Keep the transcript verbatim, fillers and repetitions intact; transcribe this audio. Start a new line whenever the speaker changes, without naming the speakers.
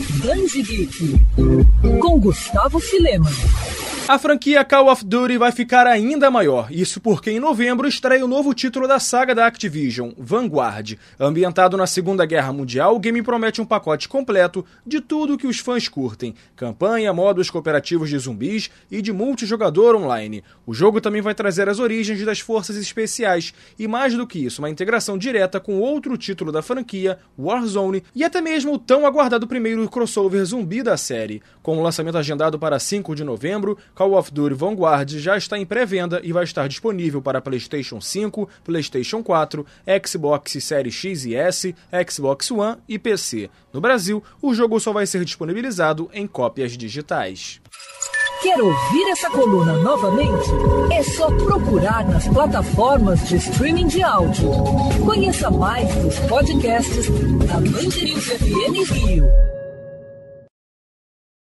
Dandy Geek, com Gustavo Filema.
A franquia Call of Duty vai ficar ainda maior, isso porque em novembro estreia o novo título da saga da Activision, Vanguard. Ambientado na Segunda Guerra Mundial, o game promete um pacote completo de tudo que os fãs curtem: campanha, modos cooperativos de zumbis e de multijogador online. O jogo também vai trazer as origens das forças especiais e, mais do que isso, uma integração direta com outro título da franquia, Warzone, e até mesmo o tão aguardado primeiro crossover zumbi da série. Com o lançamento agendado para cinco de novembro, Call of Duty Vanguard já está em pré-venda e vai estar disponível para PlayStation cinco, PlayStation quatro, Xbox Series X e S, Xbox One e P C. No Brasil, o jogo só vai ser disponibilizado em cópias digitais.
Quer ouvir essa coluna novamente? É só procurar nas plataformas de streaming de áudio. Conheça mais dos podcasts da Band News F M Rio.